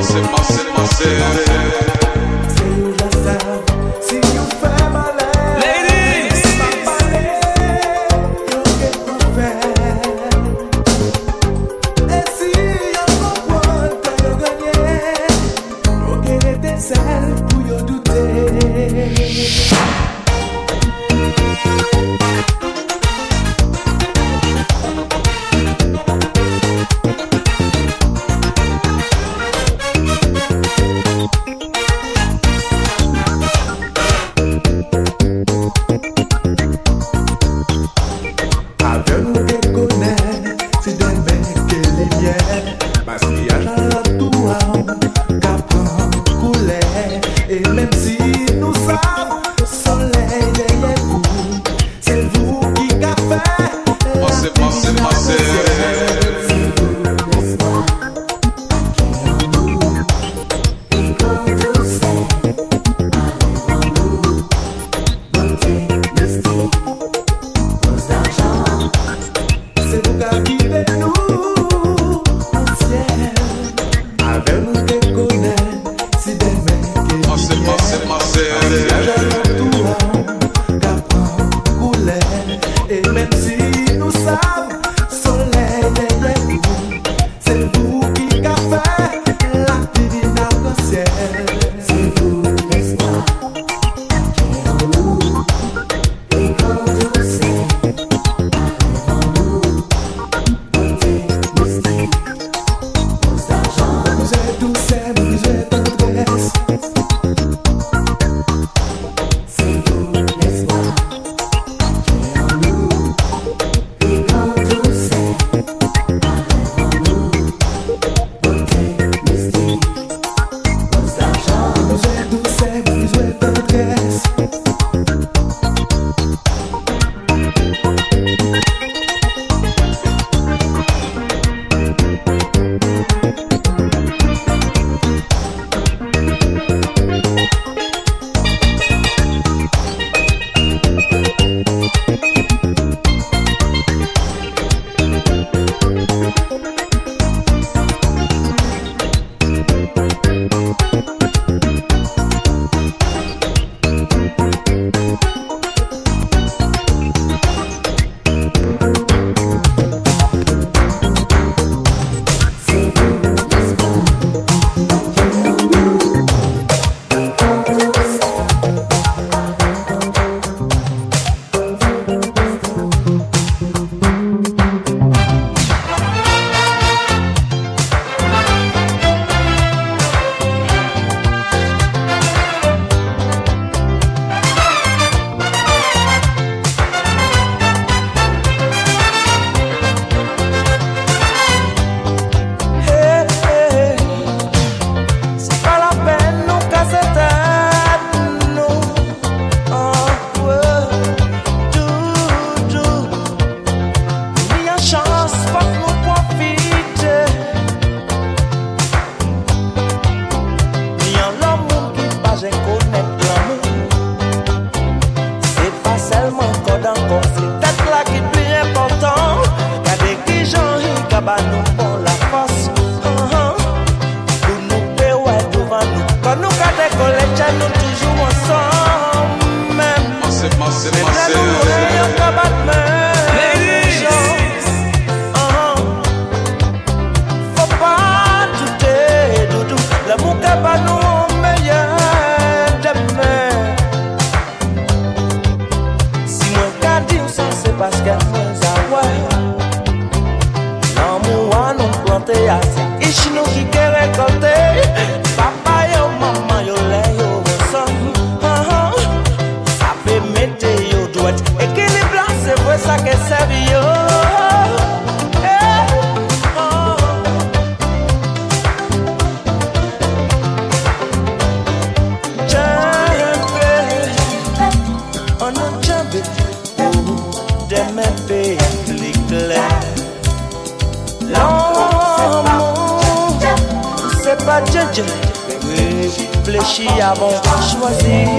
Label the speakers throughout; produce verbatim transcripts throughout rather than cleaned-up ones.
Speaker 1: Réfléchis avant de choisir.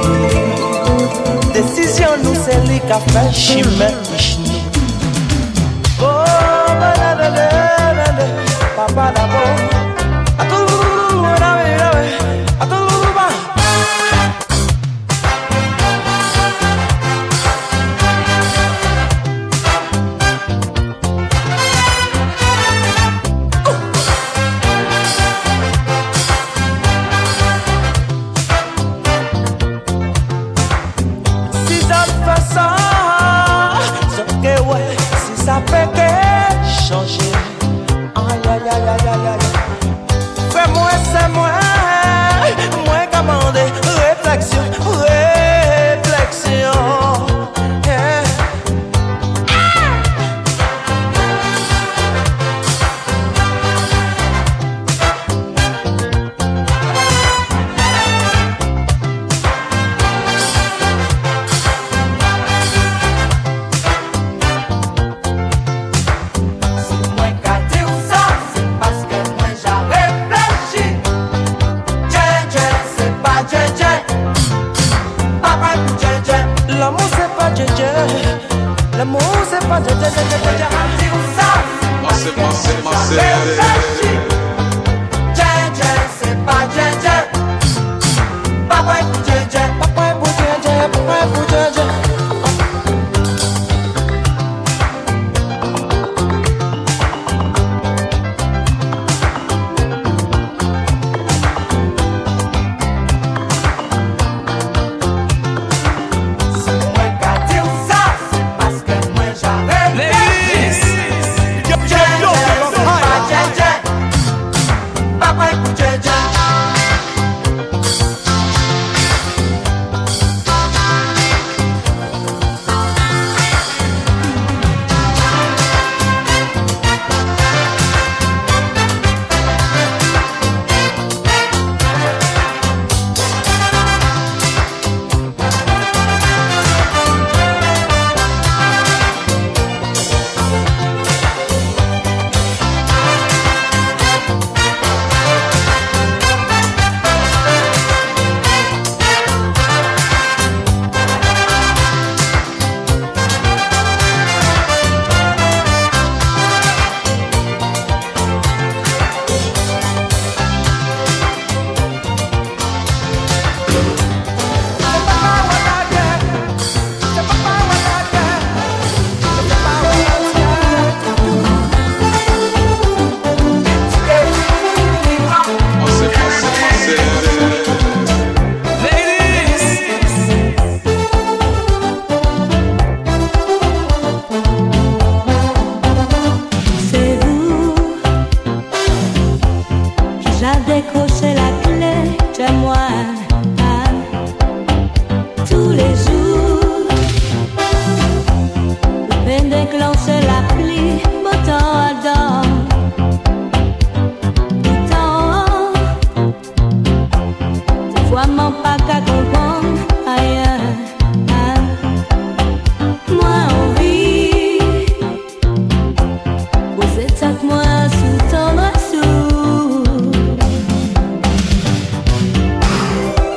Speaker 1: Décision nous c'est les cafés chimères. Oh, papa d'abord. c'est moi, moi commandé, réflexion, réflexion. Yeah. L'amour c'est pas Dje Dje, l'amour c'est pas Dje Dje, Dje Dje, Dje Dje.
Speaker 2: Massé, massé, massé.
Speaker 1: Dje Dje, c'est pas Dje Dje. Papa est pour Dje Dje, papa est pour Dje Dje, papa est pour Dje Dje.
Speaker 3: Moi sous ton bras sous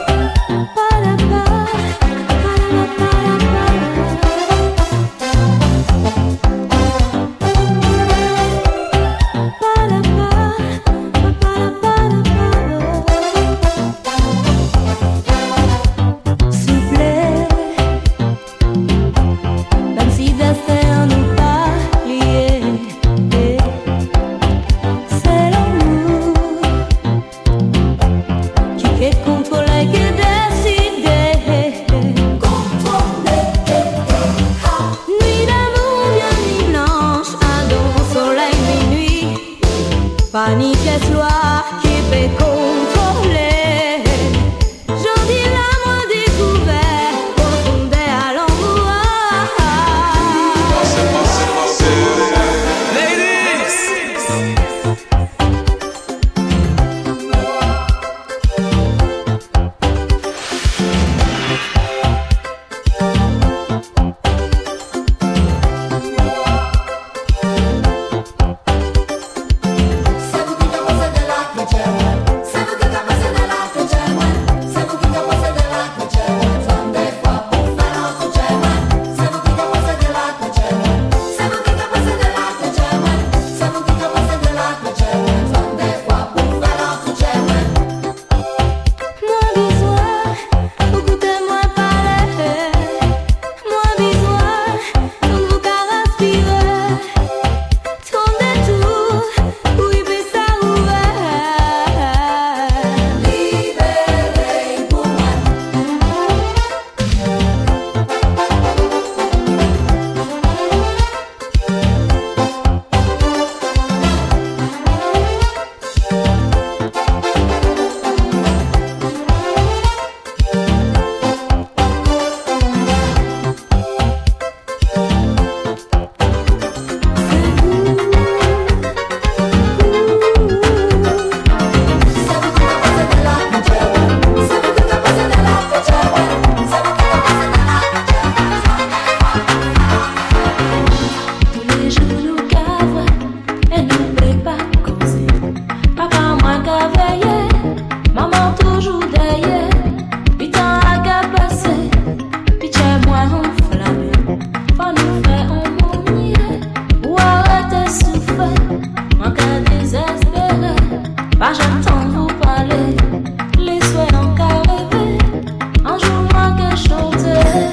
Speaker 3: aller, les souhaits encore rêvés, un jour moi que chanter.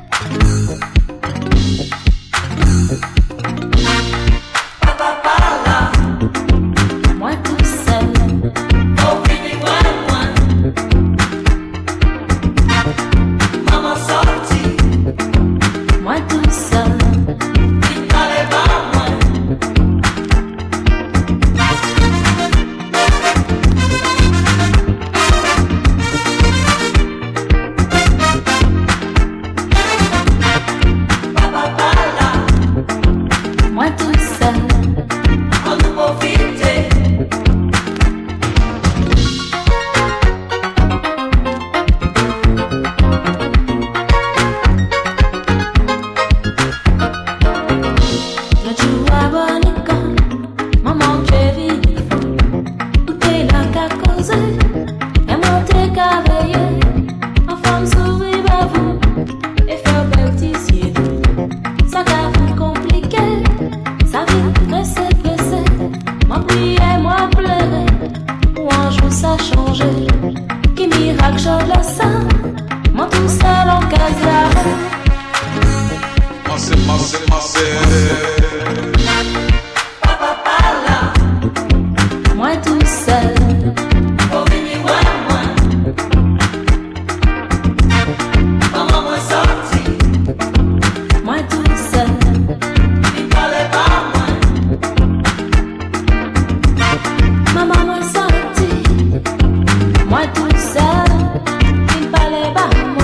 Speaker 1: Papa parla,
Speaker 3: Moi tout seul,
Speaker 1: oh baby one one. Maman sorti,
Speaker 3: moi tout seul,
Speaker 1: il parlait pas moi. Papa parla,
Speaker 3: moi tout seul,
Speaker 1: on nous profiter.
Speaker 3: le jour à Bonicon, maman j'ai vu, où t'es là qu'à causer, et moi t'es qu'à veiller, en femme sourire à vous, et faire belle tissier. Ça t'a vu compliqué, ça vite pressé, pressé, moi prier, moi pleurer, ou un jour ça changer, qui miracle change la sang, moi tout seul en case là.
Speaker 2: Masse, masse, masse.
Speaker 1: Papa parla,
Speaker 3: Moi tout seul,
Speaker 1: oh baby one one. Maman moi sorti,
Speaker 3: moi tout seul,
Speaker 1: il parlait pas moi.
Speaker 3: maman m'a sorti, moi tout seul, il parlait pas moi.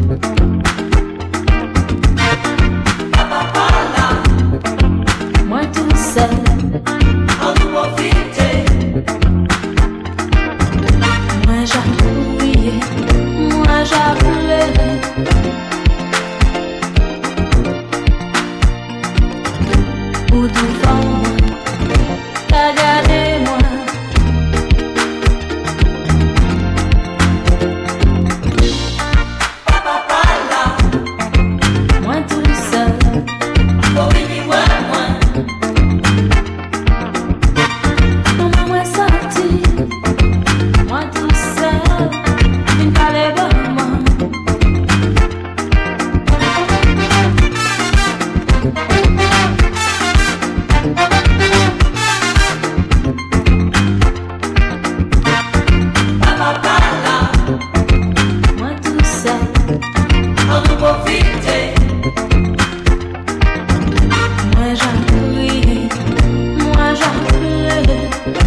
Speaker 1: Papa parla,
Speaker 3: Moi tout seul,
Speaker 1: on nous profiter.
Speaker 3: moi j'ai crié, moi j'ai pleuré. Ou devant moi, regardez-moi.
Speaker 1: Papa parla,
Speaker 3: Moi tout seul,
Speaker 1: oh baby one one.
Speaker 3: maman m'a sorti, moi tout seul, il parlait pas moi.
Speaker 1: Papa parla,
Speaker 3: Moi tout seul,
Speaker 1: on nous profiter.
Speaker 3: moi j'ai crié, moi j'ai pleuré.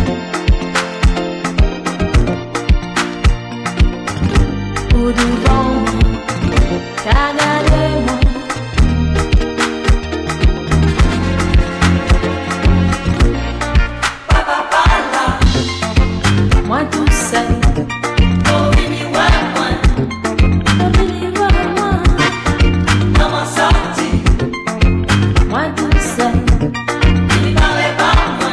Speaker 3: Ou devant moi, regardez-moi.
Speaker 1: Papa parla,
Speaker 3: Moi tout seul,
Speaker 1: oh baby one one.
Speaker 3: oubliez-moi.
Speaker 1: Maman sorti,
Speaker 3: Moi tout seul,
Speaker 1: il parlait pas moi.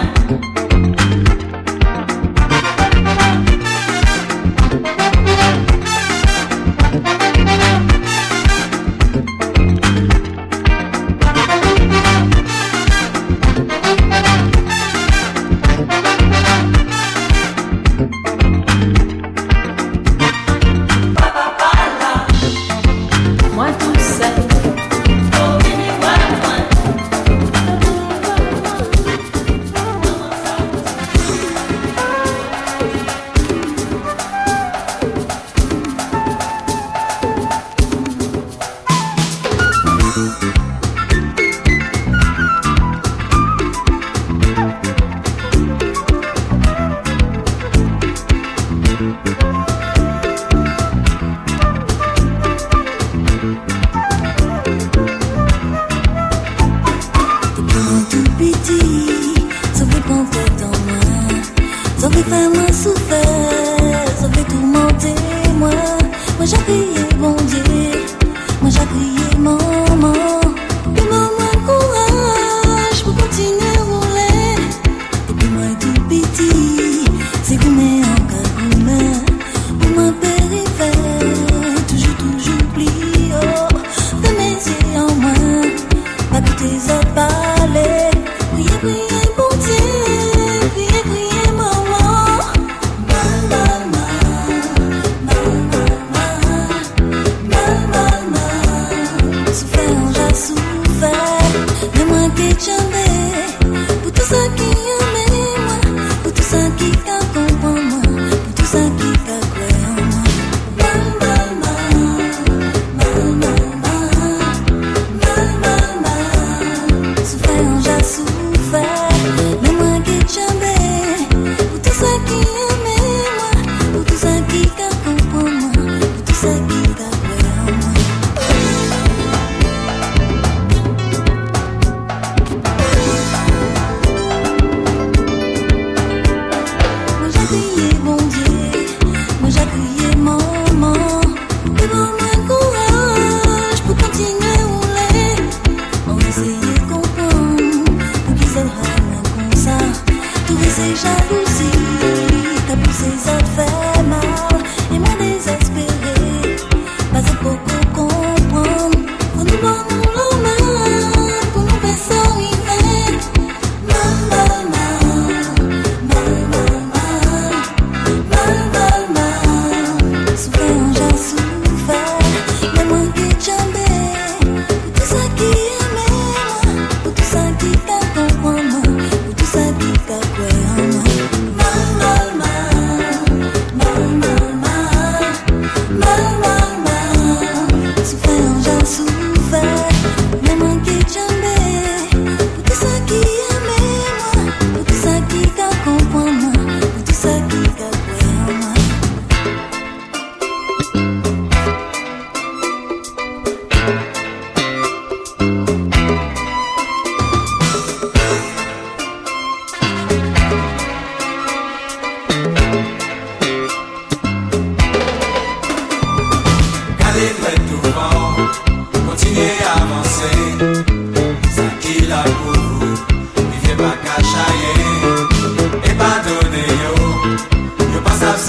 Speaker 1: Papa parla,
Speaker 3: moi tout seul,
Speaker 1: oh baby one one.
Speaker 4: Tout petit, ça fait compter en moi, ça fait faire moi souffrir, ça fait tourmenter moi. Moi j'ai crié mon Dieu, moi j'ai crié maman, donne-moi courage pour continuer à rouler. Depuis moi tout petit, c'est gourmet encore gourmet,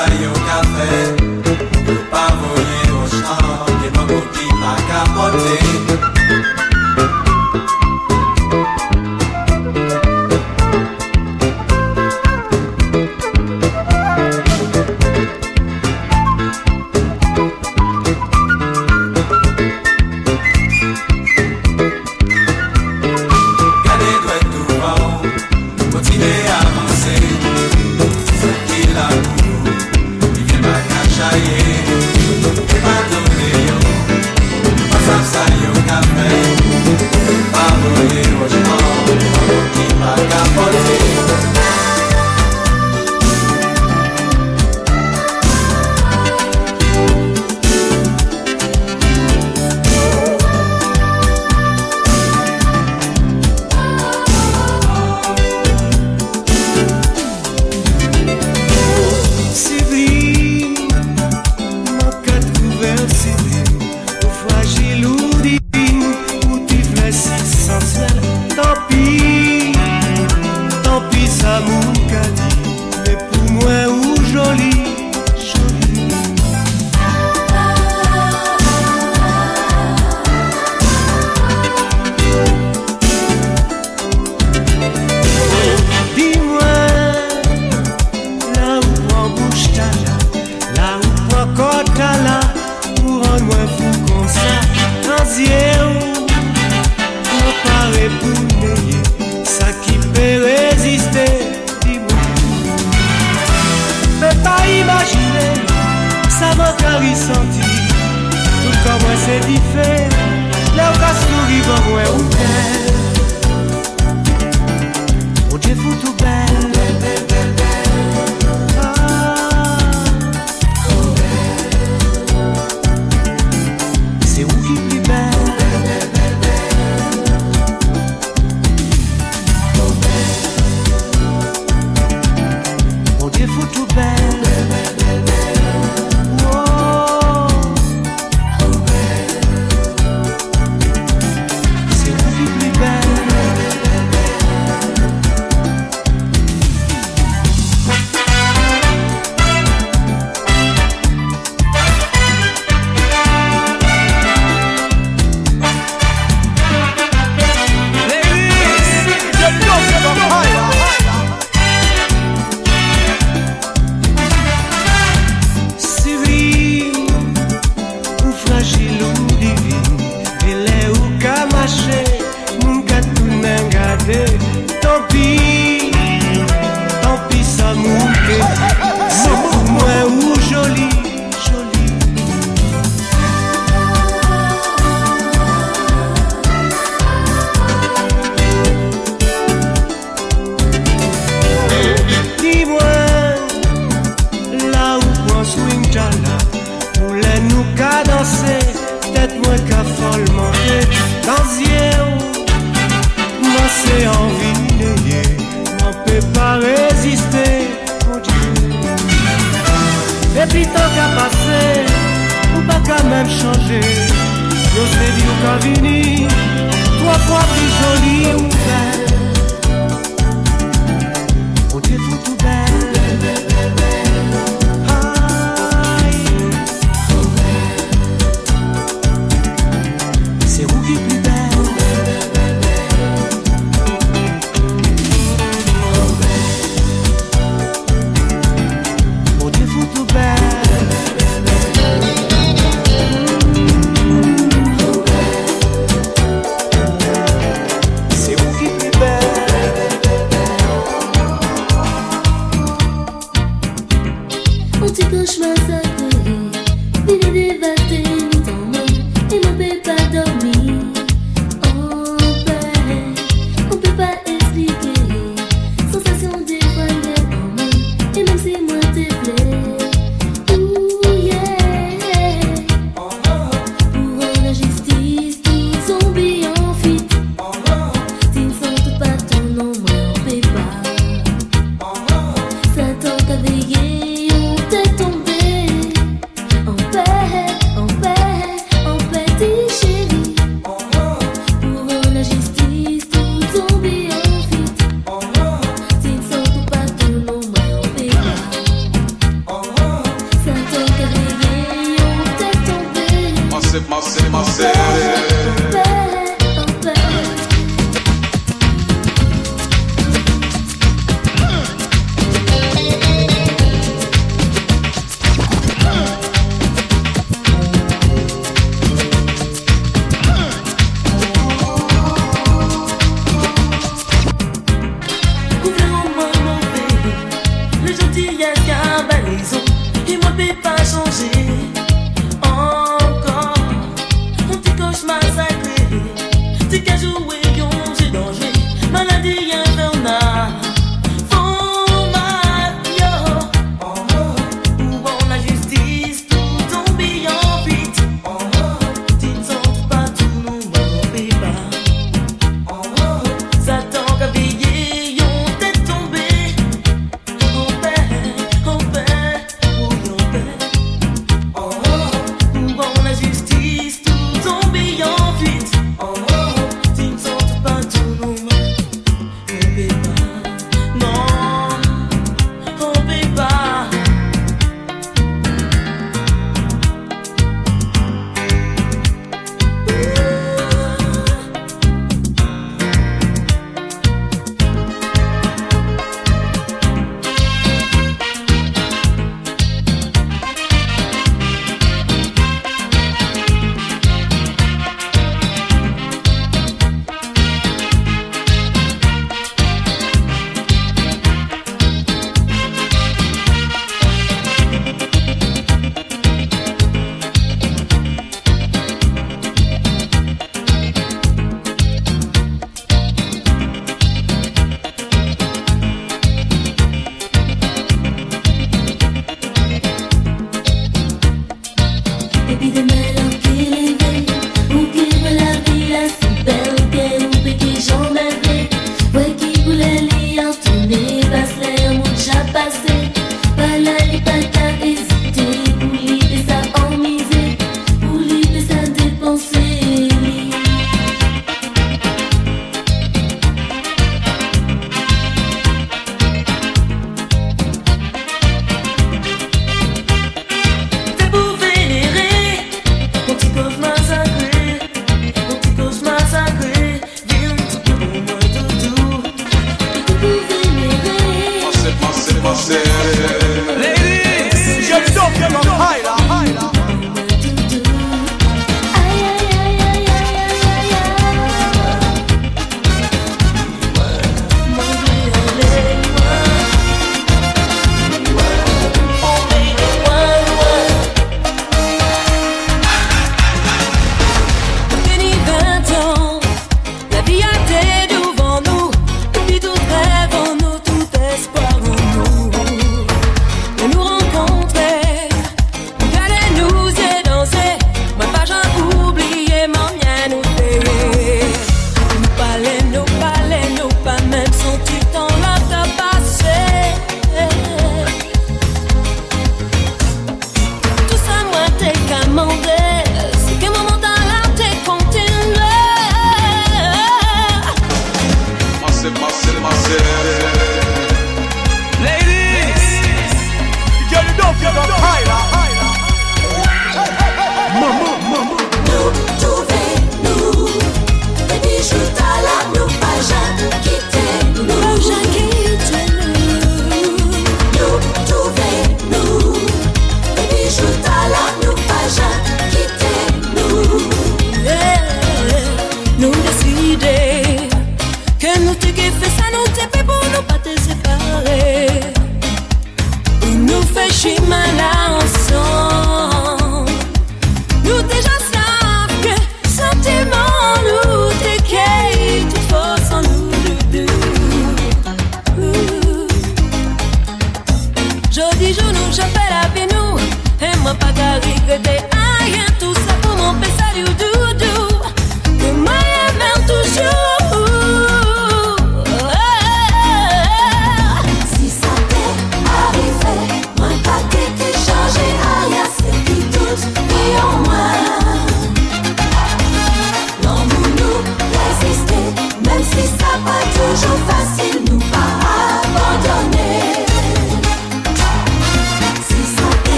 Speaker 1: ça yo café, yo pas voyer au champ, des mamans qui m'a capoté.
Speaker 3: Ça tente à veiller, on t'est tombé.
Speaker 2: Massive, massive, massive.
Speaker 5: Oh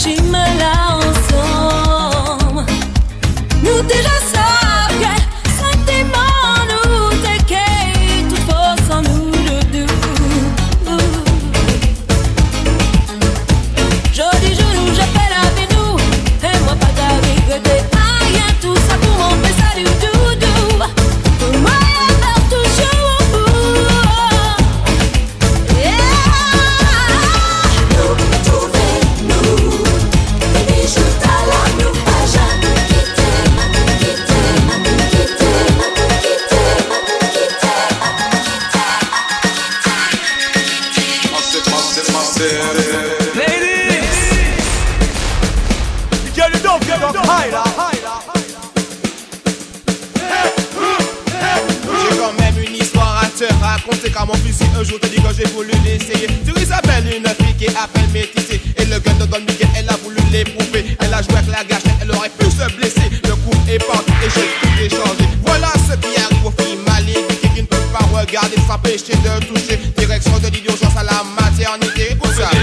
Speaker 5: raconter car mon fusil un jour te dit que j'ai voulu l'essayer. Sur Isabelle, une fille qui est à peine métissée. Et le gun de Don Miguel, elle a voulu l'éprouver. Elle a joué avec la gâchette, elle aurait pu se blesser. Le coup est parti et j'ai tout échangé. Voilà ce qui arrive aux filles malignes qui ne peuvent pas regarder sans s'empêcher de toucher. Direction de l'urgence à la maternité. Écoute ça.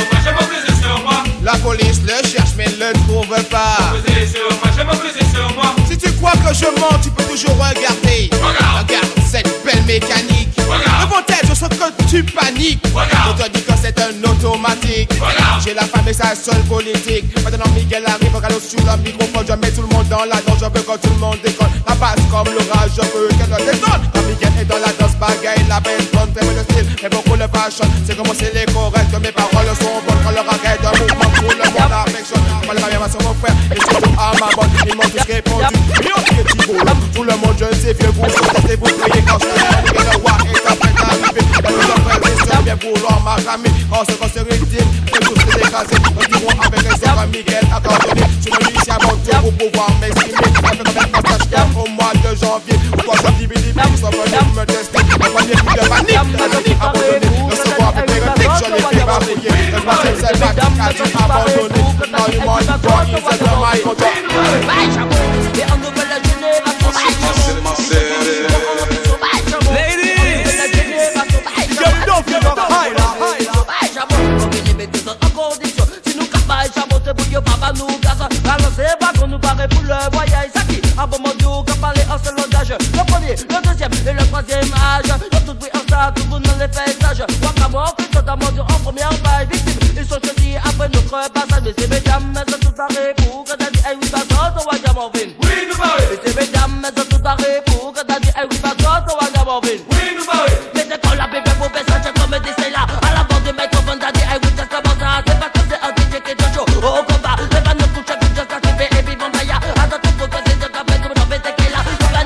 Speaker 5: La police le cherche mais ne le trouve pas. Si tu crois que je mens, tu peux toujours regarder. Regarde, Regarde cette belle mécanique. Devant elle, je sens que tu paniques. On te dit que c'est un automatique. J'ai la femme et sa seule politique. Maintenant Miguel arrive, regarde sur le microphone. Je mets tout le monde dans la danse, je veux que tout le monde décolle. La basse comme l'orage, je veux qu'elle le détonne. Quand Miguel est dans la danse, bagaille, la belle bonne, t'aimes le style, et beaucoup le fashion. C'est comme c'est les corrects, mes paroles sont bonnes. Quand le raquette de mouvement, tout le monde affectionne. Moi le bien sur mon frère, et surtout à ma bonne. Ils m'ont tous répondu, mieux que Thibault. Tout le monde, je ne sais, vieux vous, sortez vous priez quand je suis le roi est en train d'arriver. Dans le frère, c'est sûr, bien vouloir m'arramer. Quand ce qu'on se rétime, que tout s'est écrasé. Nous dirons avec les sœurs Miguel accordonné. Je me dis à mon tour pour pouvoir m'estimer. Avec un mec en au mois de janvier. Pourquoi je dis bidi, ils sont venus me tester. Le premier coup de panique, la donné abandonné. Le second avec mes répliques, je l'ai fait bafouiller. Le troisième c'est pas qui a dit abandonné. Dans le monde, toi, il s'est de maille contre.
Speaker 1: Et en nouvelle génération, un bon mot qui parle en seul langage. Le premier, le deuxième et le troisième âge. Dans tout bruit en stade, tout le monde les fait sage. Waka Waka, c'est totalement dur en première page. Victime, ils sont choisis après notre passage. Messieurs, mesdames, elles sont toutes barrées pour que t'as dit, hey, oui, pas ça, toi, Waka Morvin. Oui, nous barrés. Messieurs, mesdames, elles sont toutes barrées pour que t'as dit, hey, oui, pas ça, toi, Waka Morvin. Oui, nous barrés. Mettez quand la bébé pour baisser, j'ai comme des c'est là. À la bande des microphones, t'as dit, hey, oui, c'est comment ça. C'est pas comme c'est un D J qui est de show. Au combat, c'est pas notre couche, c'est juste un kiffé et puis bon, bah, y'a. Attends, tout pour que c'est de café, comme dans Bété qui est là.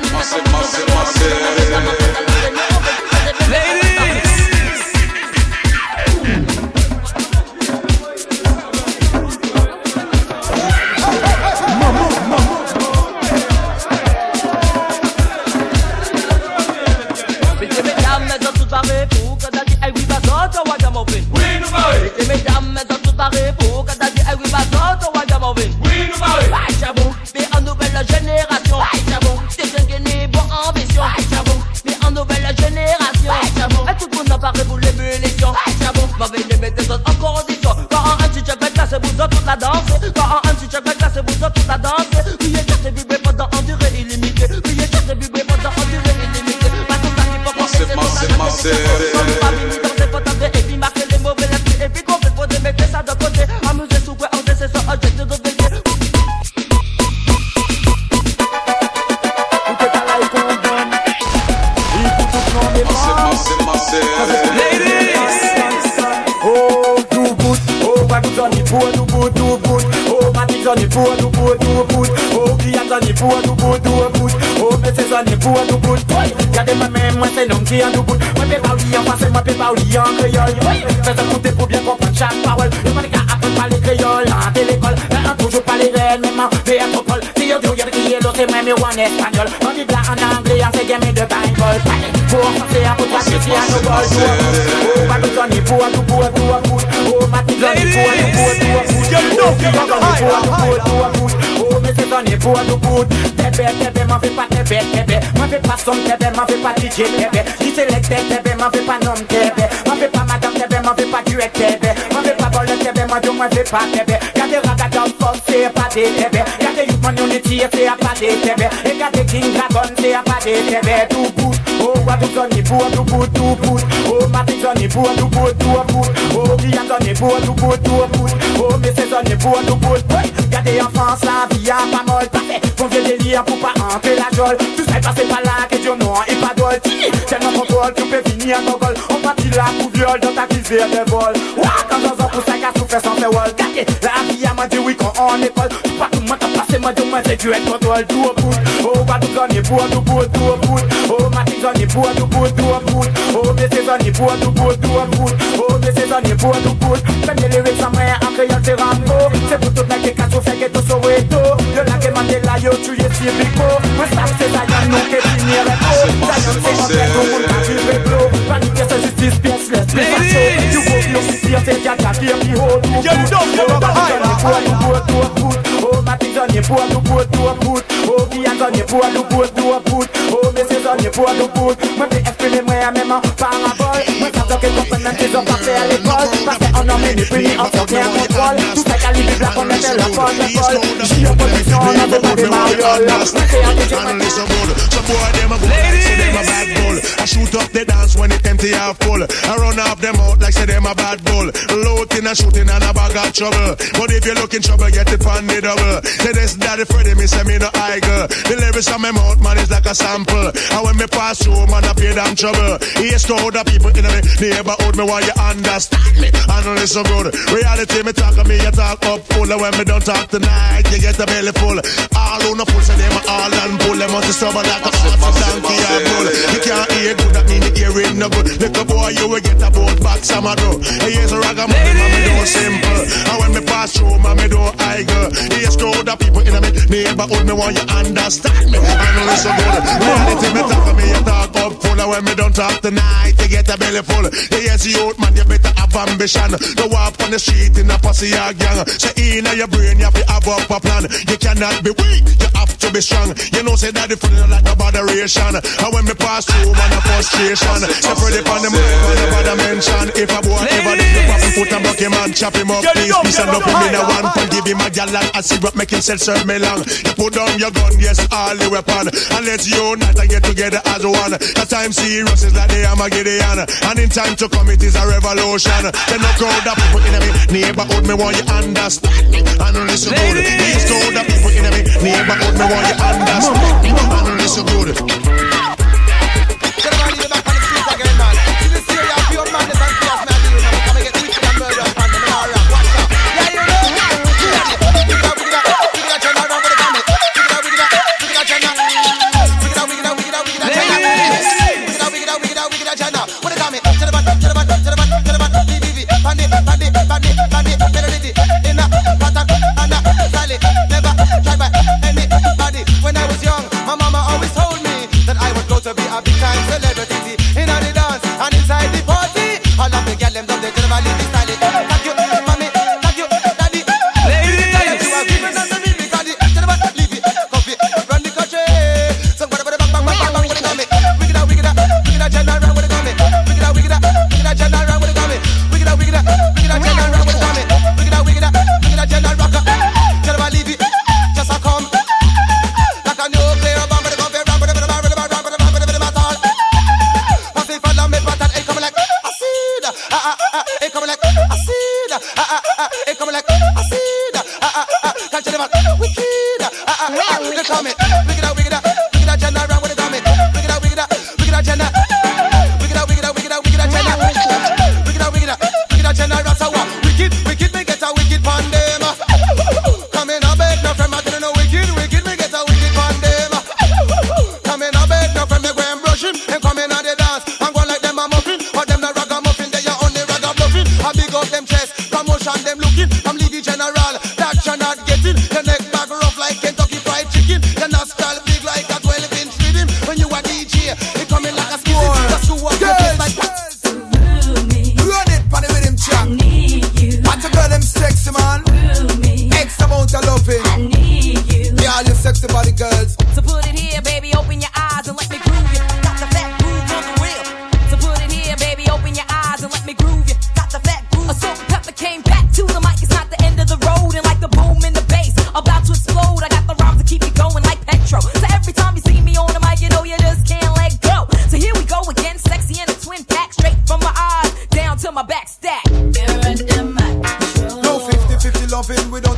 Speaker 6: Qui en nous bout, moi peux pas oublier en français, moi peux pas oublier en créole. Fais ça compter pour bien comprendre chaque parole. Le monde qui apprend pas les créoles, en télécole, mais on toujours pas les réels, même en théâtrocole. Si yo dit qui est l'autre, c'est même en espagnol. On dit là en anglais, on sait gamer de Bible. Pour en français, on peut traduire si à nos bols. Oh, pas besoin de pour tout, pour tout, pour tout. Oh, ma petite zone, pour tout, pour tout, pour tout. Oh, qui va donner pour tout, pour tout, pour tout. Oh, mais c'est donné pour tout, pour tout. Tébé, tébé, m'en fais pas tébé, tébé. M'en fais pas somme, tébé, m'en fais pas D J, tébé. Qui sélecte, tébé, m'en fais pas nom, tébé. M'en fais pas madame, tébé, m'en fais pas duet, tébé. M'en fais pas bol, tébé, moi du moins c'est pas tébé. Gardez Ragadan Fox, c'est pas des tébé. Gardez Youthman Unity, c'est pas des tébé. Et gardez King Dragon, c'est pas des tébé. Tout bout, oh, Wadou pour tout bout, tout bout. Oh, Matic Sonny pour tout bout, tout bout. Oh, Guillaume Sonny pour tout bout, tout bout. Oh, mais c'est Sonny pour tout bout. Gardez en France, la vie a pas mal parfait. Ton vieux délire pour pas entrer la jolle. Tu sais passer par là, que Dieu non, et pas d'ol. Tellement contrôle, tu peux finir en gogol. On partit là pour viol dans ta cuisine de vol. Ouah, quand on s'en pour ça, qu'à souffrir sans faire wall. Gardez, la vie a m'a dit oui quand on école. Tu pas tout le monde t'as passé, m'a dit moi c'est tu es contrôle. Tout au bout. Oh, Wadou Sonny pour tout bout, tout au bout. Oh, Matic Sonny pour tout bout, tout au bout. Oh, mais c'est Sonny pour tout bout, tout au bout. Oh, mais c'est Sonny pour tout bout. Fais mes lyrics en main, en créole c'est Rambo. C'est pour tout mec qui casse au fait que tout Soweto. Yo la que Mandela, yo tu y es si bico. Moi ça c'est ça, y'a nous qui finir les mots. Ça y'a c'est mon frère, tout le monde a vu le blow. Panique, c'est justice, pièce, laisse, pièce, facho. You go, you see, c'est y'a qu'à dire qui hold you. Yo, don't get over high. Oh, Matic Sonny pour tout bout, tout au bout. Oh, Guillaume Sonny pour tout bout, tout au bout. Oh, mais c'est Sonny pour tout bout. Moi j'ai exprimé moi même en parabole. Moi ça doit que comprendre qu'ils ont pas fait à l'école. Parce qu'on en met des punis, on s'en tient en contrôle. Tout ça qu'à l'idée de la qu'on était la folle, la folle. J'y en position, on a besoin des marioles.
Speaker 7: Some boy them a go like say them a bad bull. I shoot up the dance when it empty half full. I run off them out like say them a bad bull. Loading and shooting and a bag of trouble. But if you look in trouble, get it on the double. Say this daddy Freddy, me say me no eye girl. The lyrics on my mouth, man, is like a sample. And when me pass through, man, I pay damn trouble. Here's to all the people in the neighborhood, me want you understand me. I know this so good. Reality, me talk and me, you talk up full. And when me don't talk tonight, you get a belly full. All who no full, say them all and pull. Them must stubborn like a horse, a donkey or bull. You can't hear good, that mean the hearing no good. Little boy, you will get a boat back, some of do. Here's a ragamuffin, man, me do simple. And when me pass through, man, me do I go. Here's to all the people in the neighborhood, me want you understand me. I know this so good. Reality, me talk and me, you talk up full. And when me don't talk tonight, you get a belly full. Here's the youth, man, you better have ambition. Go walk on the street in a posse or gang. Say in your brain, you have to have up a plan. You cannot be weak, you have to be strong. You know, say that the feeling like a botheration. And when me pass through, man, a frustration. Separate on the move, man, a bother mention. If a boy ever did the pop, put a block him and chop him up. Please, peace and love him in a one pan. Give him a gal and a cigarette, make him sell serve me long. You put down your gun, yes, all the weapon. And let's unite and get together as one. The time serious is like the Armageddon. And in time to come, it is a revolution. Then no crowd of people in me neighborhood, me want you understand me. I know this so good. These crowd of people in me neighborhood, me want you understand me. I know this so good.
Speaker 8: When I was young, my mama always told me that I would grow to be a big time celebrity in the dance and inside the party. All of the girls them love the general living style. Thank you, mommy. Thank you, daddy. Ladies, you are giving us a living daddy. General living coffee, run the country. So what about the bang bang bang bang when they come in? We get out, we get out, we get out, general when they come in. We get out, we get out, we get out, general when they come in. We get out, we get out, we get out, general when they come in. We get out, we get out, we get out, general rocker. General living, just a come.
Speaker 3: Came back to the mic.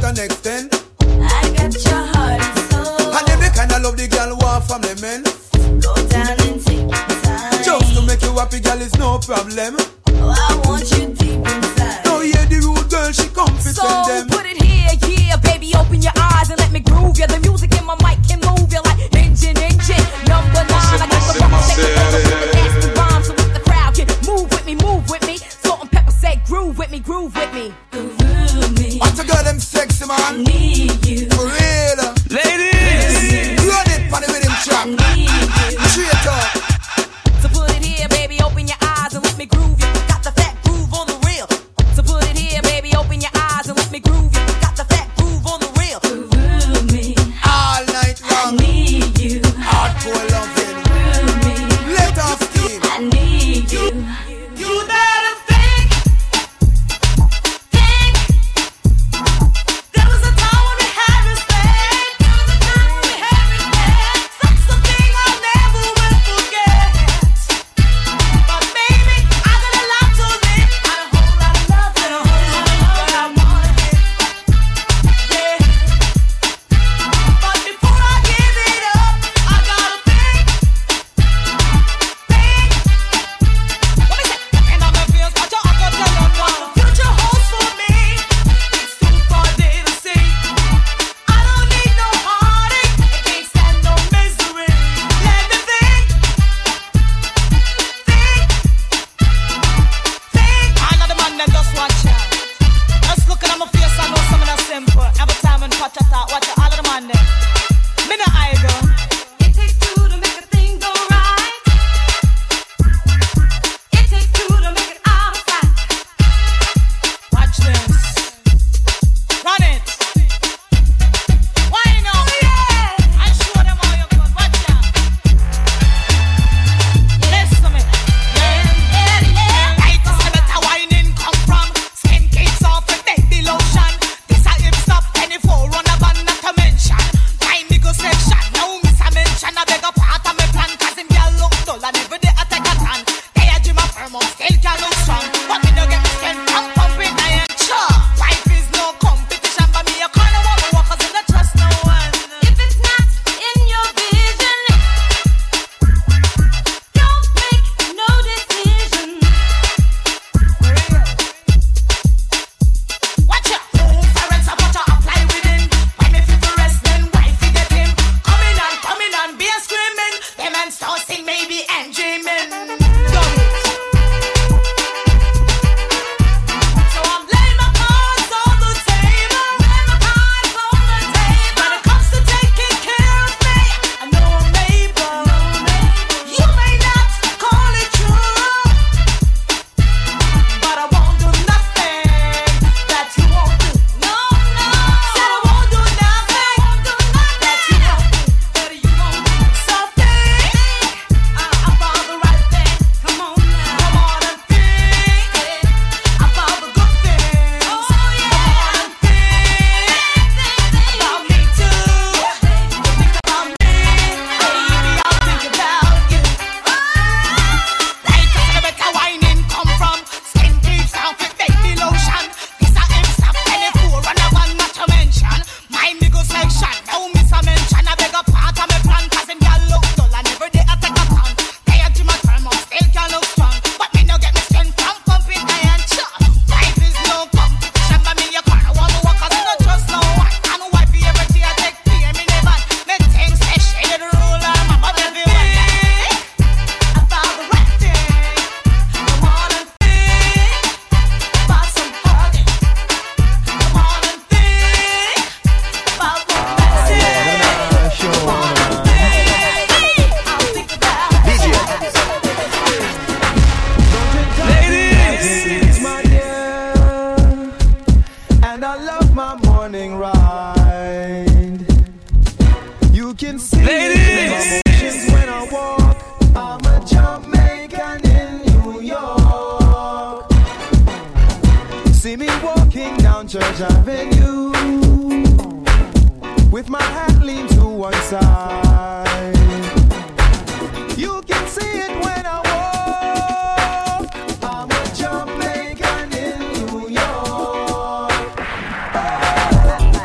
Speaker 8: an extent.
Speaker 4: I got your heart and soul.
Speaker 8: And every kind of love the girl want from the men.
Speaker 4: Go down and take my time.
Speaker 8: Just to make you happy, girl, is no problem.
Speaker 4: Oh, I want you deep inside.
Speaker 8: No, yeah, the rude girl, she come fit
Speaker 9: So
Speaker 8: them.
Speaker 9: put it here, yeah, baby, open your eyes and let me groove ya. The music in my mic can move ya like engine, engine. Number nine, I got the rock section with the nasty rhymes, so with the crowd can move with me, move with me. Salt and pepper say groove with me, groove with me.
Speaker 4: Groove with me.
Speaker 8: What's a girl, them sexy,
Speaker 4: I
Speaker 8: man?
Speaker 4: need you.
Speaker 8: For real.
Speaker 2: Ladies,
Speaker 8: Run it, for the rhythm track.
Speaker 4: I need you.
Speaker 8: Straight up.
Speaker 9: So put it here, baby, open your eyes and let me groove ya. Got the fat groove on the real. So put it here, baby, open your eyes and let me groove ya. Got the fat groove on the real.
Speaker 4: Groove with me.
Speaker 8: All night
Speaker 4: I
Speaker 8: long.
Speaker 4: need you.
Speaker 8: Hardcore loving.
Speaker 4: Groove me.
Speaker 8: Let off steam.
Speaker 4: I need you.
Speaker 9: You better think, think. There was a time when we had respect. There was a time when we had respect. That's the thing I'll never will forget. But baby, I got a lot to live. And a whole lot of love and a whole lot of love that I wanna give. Yeah. But before I give it up, I gotta think, think. What is it? And I'm a feels, but your uncle tell you what the future holds for me. It's too far day to see. I don't need no heartache. I can't stand no misery. Let me think, think, think. I know the man that just watch ya. Just looking at my face, I know something that's simple. Every time when Patch a talk, watch ya, all of the man there. Me no idol. It takes two to make a thing go right. It takes two to make it out of sight. Watch this. Run it. Why not? Yeah. I show them how you good. Watch ya. Listen to me. Yeah, yeah, yeah. Right, this is where the whining come from. Skin keeps off with baby lotion. This a hip stop twenty-four on a band not to mention. My nigga section, now miss a mention. I beg a part of me plan, cause him girl look dull and every day I take a tan. They a gym a firm up, still can look strong. But me no get me skin from pumping iron. Sure, wife is no competition, but me a corner want me walk 'cause I don't trust no one. If it's not in your vision, don't make no decision. Watch ya. Parents are what you apply within. When me feel for rest, then wife you get him. Coming on, coming on, be a screaming. Them and start sing maybe and dreaming. Done it. So I'm laying my cards on the table. Laying my cards on the table. When it comes to taking care of me, I know I'm able. You may not call it true, but I won't do nothing that you won't do. No, no. Said I won't do nothing that you won't do. That you won't do. So think uh, about the right thing. Come on now. Come on and think about the good things. Oh yeah. Come on and think about me too. Think about me, baby. I'll think about you. Right to the better whining come from. Skin keeps off with baby lotion. This a hip stop twenty-four and a one not to mention. My nigga section, now miss a mention. I beg a part of me plan, cause him girl look dull and every day I take a pound. They a gym a firm up, still can look strong. But me no get me skin from pumping iron. Sure, wife is no competition, but me a corner want me walk 'cause I don't trust no one. And wifey every day I take pay me never. Me things say she the ruler, mama everyone. About the right thing. Come on and think about some hugging. Come on and think about the blessing. Come on and think. I'll think about
Speaker 8: Ladies, my dear, and I love my morning ride. You can see my emotions when I walk. I'm a Jamaican in New York. See me walking down Church Avenue with my hat leaned to one side. You can see it when I walk. I'm a Jamaican in New York.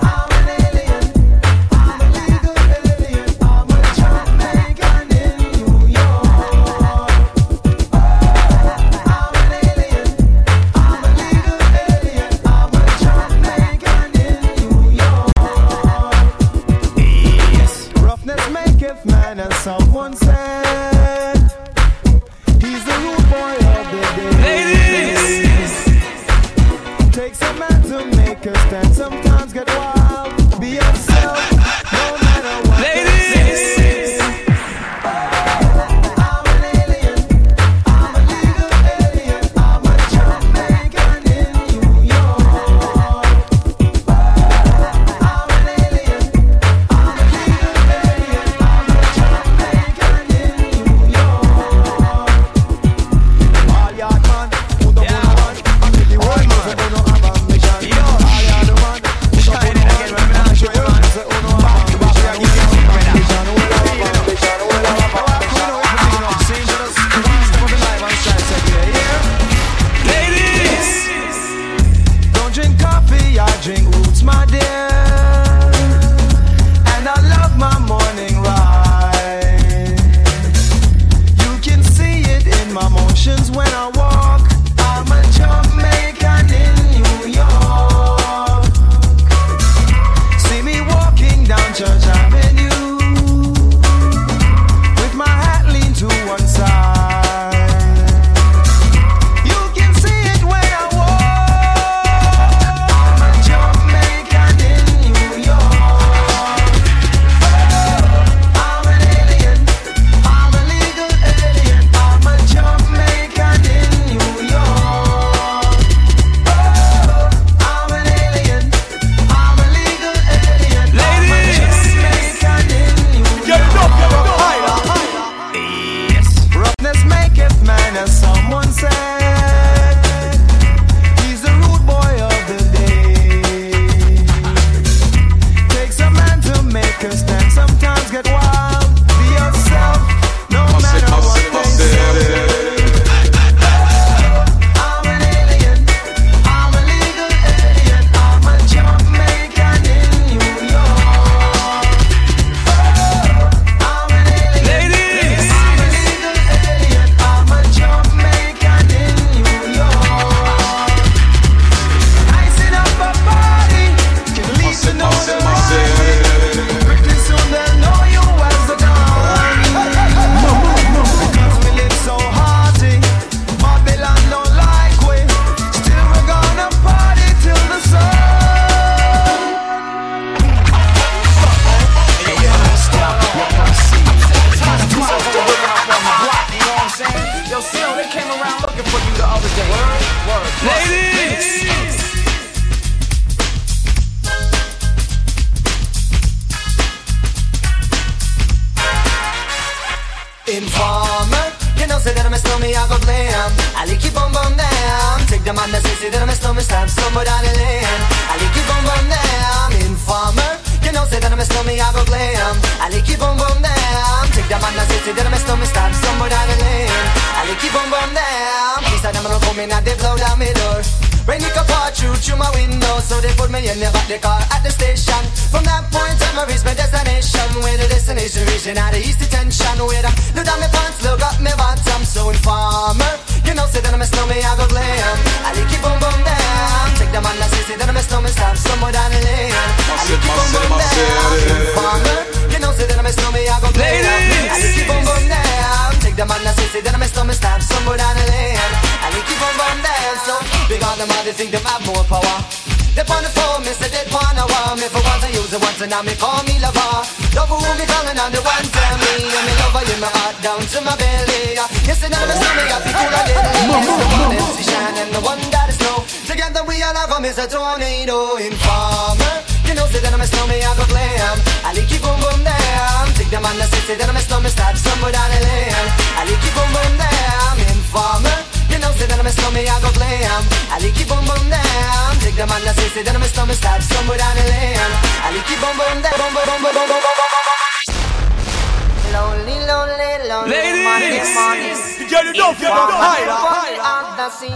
Speaker 8: I like you boom boom down. Take the man that says that I'm a stomach stab somewhere down the lane. I like you boom boom down. Informer, you know say that I'm a stomach I go glam. I like you boom boom down. Take the man that says that I'm a stomach stab somewhere down the lane. I like you boom boom down. Please tell them I'm not coming and they blow down my door. Rain it come pour through through my window, so they put me in the back the car at the station. From that point on I reach my destination. Where the destination reaching out of east detention. Where I look down my pants, look up my bottom. So informer, you know say that I'm a snowman, I go glam. I like you boom boom down. Take the man that say that I'm a snowman, stop somewhere down the lane. I like you boom boom down. Informer, you know say that I'm a snowman, I go glam. I like you boom boom down. Take the man that say that I'm a snowman, stop somewhere down the lane. I like you boom boom down. So big on them. They think them have more power. They on the phone, me say they wanna want me. For once I use it once and now me call me lover. Love who me calling on the one tell me. And me lover in my heart down to my belly. You say that I'm a stomach, I feel cool a little. It's the one M C Shine and the one that is snow. Together we all have a Mister Tornado. Informer, you know say that I'm a stomach, I go glam. I like you boom boom down. Take the man that say that I'm a stomach, start somewhere down the lane. I like you boom boom down. Informer, you know, say that I'm a snowman, I go glam. I like you boom boom down. Take the man that say, say that I'm a snowman, start somewhere down the lane. I like you boom boom down. Boom boom boom boom boom boom boom. Lonely, lonely, lonely.
Speaker 2: Ladies,
Speaker 8: Monday morning.
Speaker 2: get it up, get it up, higher, higher.
Speaker 8: Of the sea.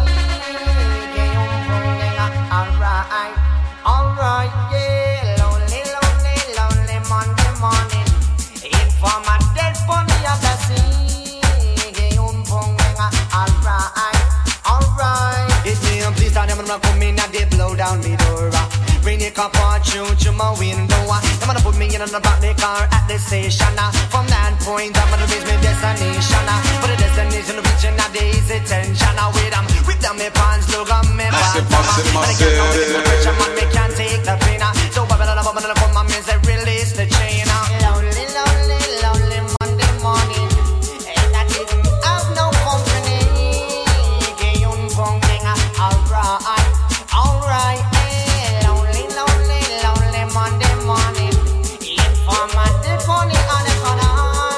Speaker 8: Alright, alright, yeah. Lonely, lonely, lonely Monday morning. Informer dead for me of the sea. Please tell them I'm not coming and they blow down me door. Rain it come pour through through my window. They wanna put me in the back the car at the station. From that point I'm gonna reach my destination. But the destination reaching at the easy tension. With them, with them my pants look on me bottom. But I can't know the pressure man, me can't take the pain. So I better come and me say release the chain. Lonely, lonely, lonely Monday morning. And I didn't have no company. Alright, alright, eh. Lonely, lonely, lonely Monday morning. Informer did funny on the corner.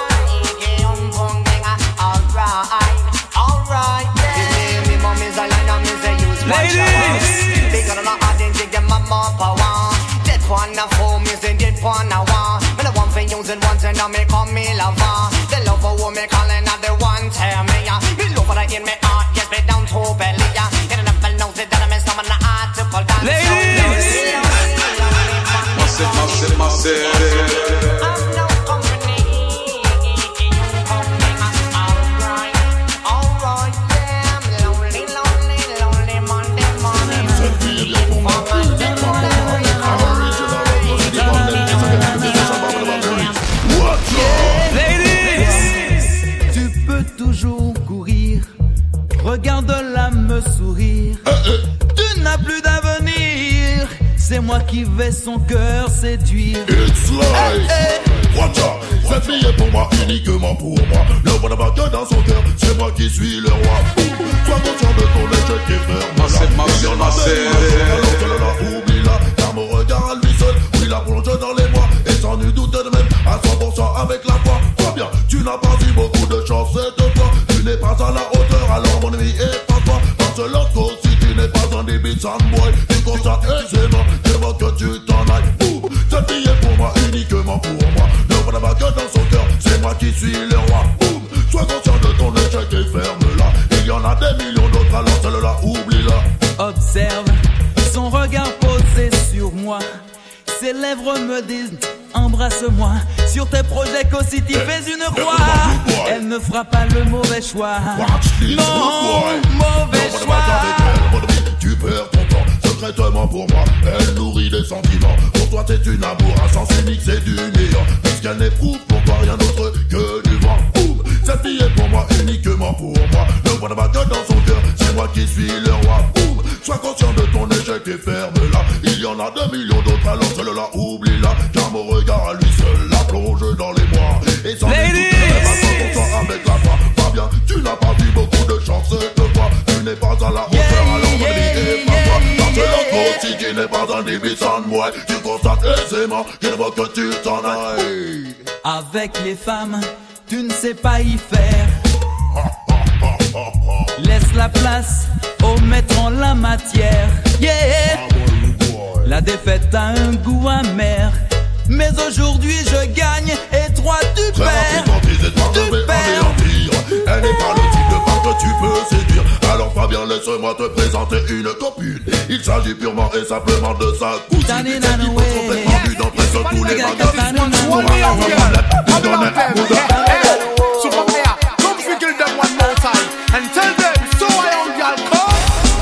Speaker 8: Alright, alright, eh. Me mom is a line and me say use my shower. Because I'm not adding to get my more power. Dead one a fool, me say dead one a war. Me the one for using once and now me call me lover. The lover who me calling and the one tell me. Me love her in me heart, yes me down to belly.
Speaker 2: Ladies, massive, massive, massive.
Speaker 8: I'm no company. Alright, alright, yeah. I'm lonely, lonely, lonely Monday morning.
Speaker 2: Ladies,
Speaker 10: tu peux toujours courir. Regarde-la me sourire. Tu n'as plus d'avenir. C'est moi qui vais son cœur séduire.
Speaker 11: It's life. Hey, hey. Watch out. Cette fille est pour moi, uniquement pour moi. Le bon abatteur dans son cœur, c'est moi qui suis le roi. Sois conscient de ton échec et ferme-la.
Speaker 2: Massive, massive, massive.
Speaker 11: Alors que là, oublie-la. Car mon regard à lui seul, oui, la plonge dans les mois. Et sans nul doute de même, à cent pour cent avec la foi. Crois bien, tu n'as pas eu beaucoup de chance cette fois. Tu n'es pas à la hauteur, alors mon ami est pas toi. Parce que lorsqu'au si tu n'es pas un débit sans boy, tu constates aisément, je veux que tu t'en ailles. Boum, cette fille est pour moi, uniquement pour moi. Ne voilà pas que dans son cœur, c'est moi qui suis le roi. Boum, sois conscient de ton échec et ferme-la. Il y en a des millions d'autres, alors celle-là, oublie-la.
Speaker 10: Observe son regard posé sur moi. Ses lèvres me disent embrasse-moi. Sur tes projets qu'aussi tu fais une roi. Elle ne fera pas le mauvais choix. Non, mauvais choix.
Speaker 11: Tu perds ton temps, secrètement pour moi. Elle nourrit des sentiments. Pour toi c'est une amour, un sens unique, c'est du néant. Puisqu'elle n'éprouve pour toi rien d'autre que du vent. Boum, cette fille est pour moi, uniquement pour moi. Ne voilà pas que dans son cœur, c'est moi qui suis le roi. Boum, sois conscient de ton échec et ferme-la. Il y en a deux millions d'autres, alors celle-là, oublie-la. Car mon regard à lui seul la plonge dans les mois. Et sans écouter, elle va avec la foi. Pas bien, tu n'as pas vu beaucoup de chance de toi. Tu n'es pas à la hauteur, yeah, alors yeah, yeah, pas toi. Parce que l'autre aussi, tu n'es pas un débit sans moi. Tu constates aisément qu'il faut que tu t'en ailles.
Speaker 10: Avec les femmes, tu ne sais pas y faire. Laisse la place au maître en la matière. Yeah. La défaite a un goût amer, mais aujourd'hui je gagne et toi tu perds. Tu perds.
Speaker 11: Elle n'est pas le type de femme que tu peux séduire. Alors Fabien, laisse-moi te présenter une copine. Il s'agit purement et simplement de sa cousine. Celle qui peut complètement vue dans presque tous les magazines.
Speaker 5: Super player, come figure them one more time and tell them so I on y'all come.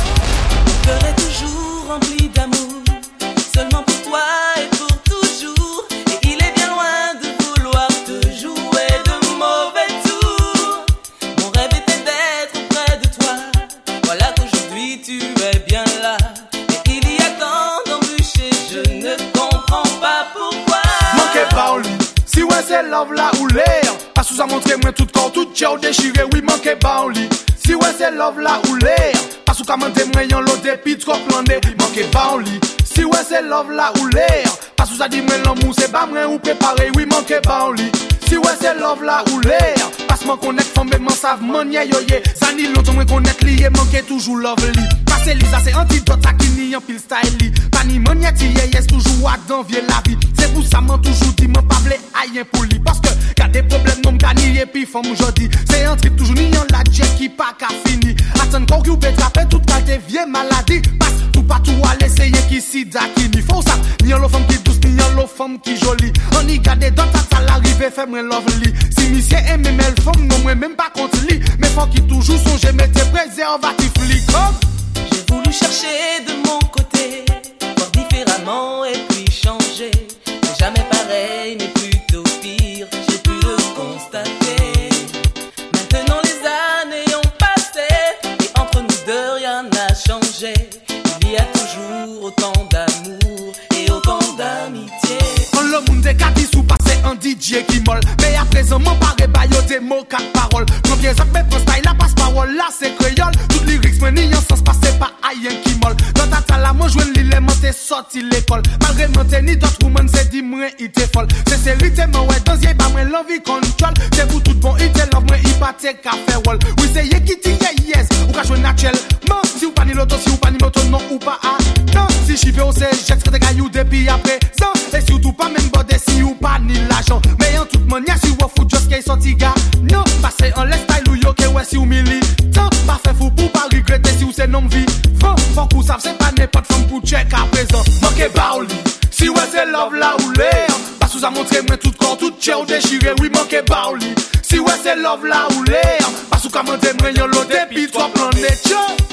Speaker 12: Mon cœur est toujours rempli d'amour, seulement pour toi et pour toujours. Et il est bien loin de vouloir te jouer de mauvais tours. Mon rêve était d'être près de toi, voilà qu'aujourd'hui tu es bien là. Et il y a tant d'embûches, je ne comprends pas pourquoi.
Speaker 5: Manquez pas au lit, si ouais c'est love là ou l'air. Pas sous à montrer moi tout corps, tout chair déchiré, oui manquez pas au lit. Si ouais c'est love là ou l'air. Pas sous qu'à monter moi y'en l'eau depuis trop plané, manquez pas au lit. Si ouais c'est love là ou l'air. Pas sous à dire moi l'amour c'est pas moi ou préparé, oui manquez pas au lit. Si ouais c'est love là ou l'air. Passe moi connaître femme mais m'en savent manier yo ye. Ça ni longtemps moi connaître lié, manquez toujours love li. Passez Lisa c'est antidote à qui ni en pile style li. Pas ni manier ti yes toujours à d'envier la vie. C'est pour ça m'en toujours dit m'en pas blé aïe pour lui. Parce que y'a des problèmes non m'gagner et puis femme aujourd'hui. C'est un trip toujours ni en la jet qui pas qu'à fini. Attends qu'on ou betraper toute qualité vieille maladie. Passe tout pas tout à l'essayer qui si d'akini. Faut ça ni en l'eau femme qui douce ni en l'eau femme qui jolie. On y garde dans ta salle arrivé fait moi lovely. Si monsieur aime elle femme non moi même pas contre lui. Mais faut qu'il toujours songe mettre préservatif li comme.
Speaker 12: J'ai voulu chercher de mon côté, voir différemment et puis changer. C'est jamais pareil mais plutôt pire, j'ai pu le constater. Maintenant les années ont passé et entre nous deux rien n'a changé. Il y a toujours autant d'amour et autant d'amitié.
Speaker 5: On le monde des cadis sous passer un D J qui molle. Mais à présent mon pare bayo des mots quatre paroles. Combien ça me prend style la passe parole là c'est créole. Toutes les lyrics men ni en sens passé pas aïen qui molle. Dans ta salle à moi jouer l'élément t'es sorti l'école. Malgré mon tennis d'autres women c'est dit moi il t'est folle. C'est sécurité moi ouais dans yé pas moi l'envie contrôle. C'est pour tout bon il te love moi il pas t'es café wall. Oui c'est yé qui t'y yes ou ka jouer naturel. Non si ou pas ni l'auto si ou pas ni moto non ou pas ah. Non si j'y vais au c'est j'extrais des cailloux depuis après. Non et surtout pas même bordé si ou pas ni l'argent. Mais en toute manière si ou fout just qu'est sorti gars. Non passer en laisse style ou yo que ouais si ou mili. Tant pas fait fou pour pas regretter si ou c'est non vie. Faut faut qu'on savent c'est pas n'importe femme pour check à présent. Manquez pas au lit. Si ouais c'est love là ou l'air. Pas sous à montrer moi tout corps tout chair déchiré, oui manquez pas au lit. Si ouais c'est love là ou l'air. Pas sous qu'à monter moi y'en l'eau depuis trois planètes.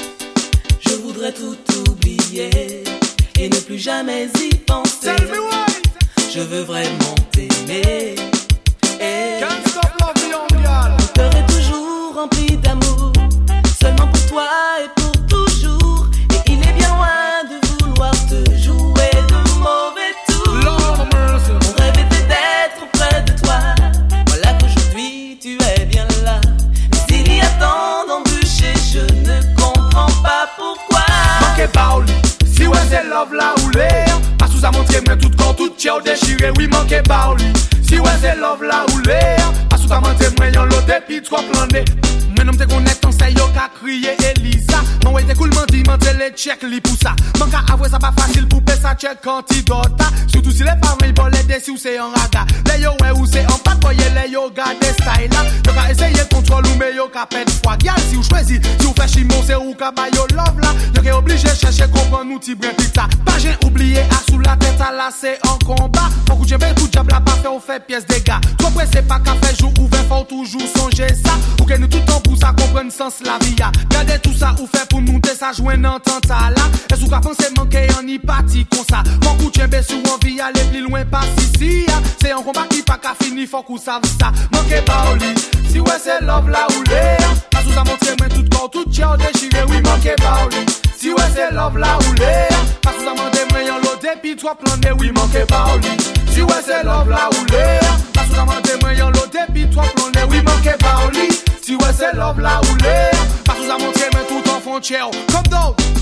Speaker 12: Je voudrais tout oublier et ne plus jamais y penser. Je veux vraiment t'aimer.
Speaker 5: Can't stop love young girl.
Speaker 12: Mon cœur est toujours rempli d'amour, seulement pour toi et pour toujours. Et il est bien loin de vouloir te jouer de mauvais tours. Mon rêve était d'être près de toi, voilà qu'aujourd'hui tu es bien là. Mais il y a tant d'embûches et je ne comprends pas pourquoi.
Speaker 5: Manquez pas au lit. Si ouais c'est love là ou l'air. Pas sous à montrer moi tout corps tout chair déchiré, oui manquez pas au lit. Si ouais c'est love là ou l'air. Pas sous à montrer moi y'en l'eau depuis trois planètes. Mais non te connaître ton say yo ka crier Elisa. Mon ouais t'es cool menti menti les check li pour ça. Manque à avouer ça pas facile pour payer ça check antidote. Surtout si les parents ils veulent aider si ou c'est en raga. Les yo ouais ou c'est en pas voyer les yo garde style là. Yo ka essayer contrôle ou mais yo ka pète froid. Gal si ou choisi si ou fait chimo c'est ou ka ba yo love là. Yo ka obligé chercher comprendre nous ti bien pizza. Pas j'ai oublié à sous la tête à là c'est en combat. Beaucoup de bel coup de diable là pas fait ou fait pièce des gars. Trop pressé pas qu'à faire jour ouvert faut toujours songer ça. Ou que nous tout temps pour ça comprendre sens la vie. Gardez tout ça ou fait pour nous te ça jouer dans tant là. Est-ce qu'on pense manquer en y parti comme ça. Mon coup de bel sur envie aller plus loin pas ici. C'est un combat qui pas qu'à finir faut qu'on sache ça. Manquez pas au lit. Si ouais c'est love là ou l'air. Pas sous à montrer moi tout corps tout chair déchiré, oui manquez pas au lit. Si ouais c'est love là ou l'air. Pas sous à montrer moi y'en l'eau depuis trois planètes, oui manquez pas au lit. Si ouais c'est love là ou l'air. Pas sous à montrer moi y'en l'eau depuis trois planètes, oui manquez pas au lit. Si ouais c'est love là ou l'air. Pas sous à montrer moi tout en frontière. Comme d'autres.